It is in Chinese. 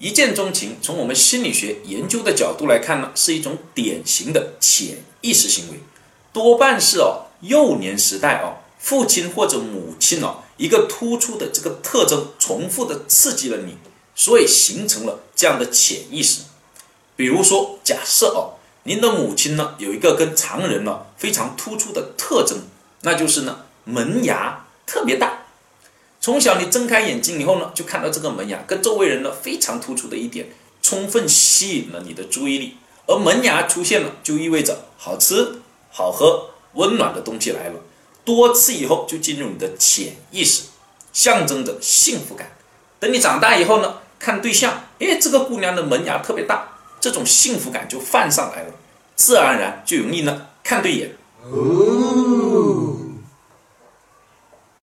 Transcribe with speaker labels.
Speaker 1: 一见钟情，从我们心理学研究的角度来看呢，是一种典型的潜意识行为，多半是幼年时代父亲或者母亲一个突出的这个特征重复的刺激了你，所以形成了这样的潜意识。比如说，假设您的母亲呢有一个跟常人呢非常突出的特征，那就是呢门牙特别大。从小你睁开眼睛以后呢，就看到这个门牙跟周围人呢非常突出的一点，充分吸引了你的注意力。而门牙出现了，就意味着好吃、好喝、温暖的东西来了。多次以后就进入你的潜意识，象征着幸福感。等你长大以后呢，看对象，这个姑娘的门牙特别大，这种幸福感就泛上来了，自然而然就容易呢看对眼。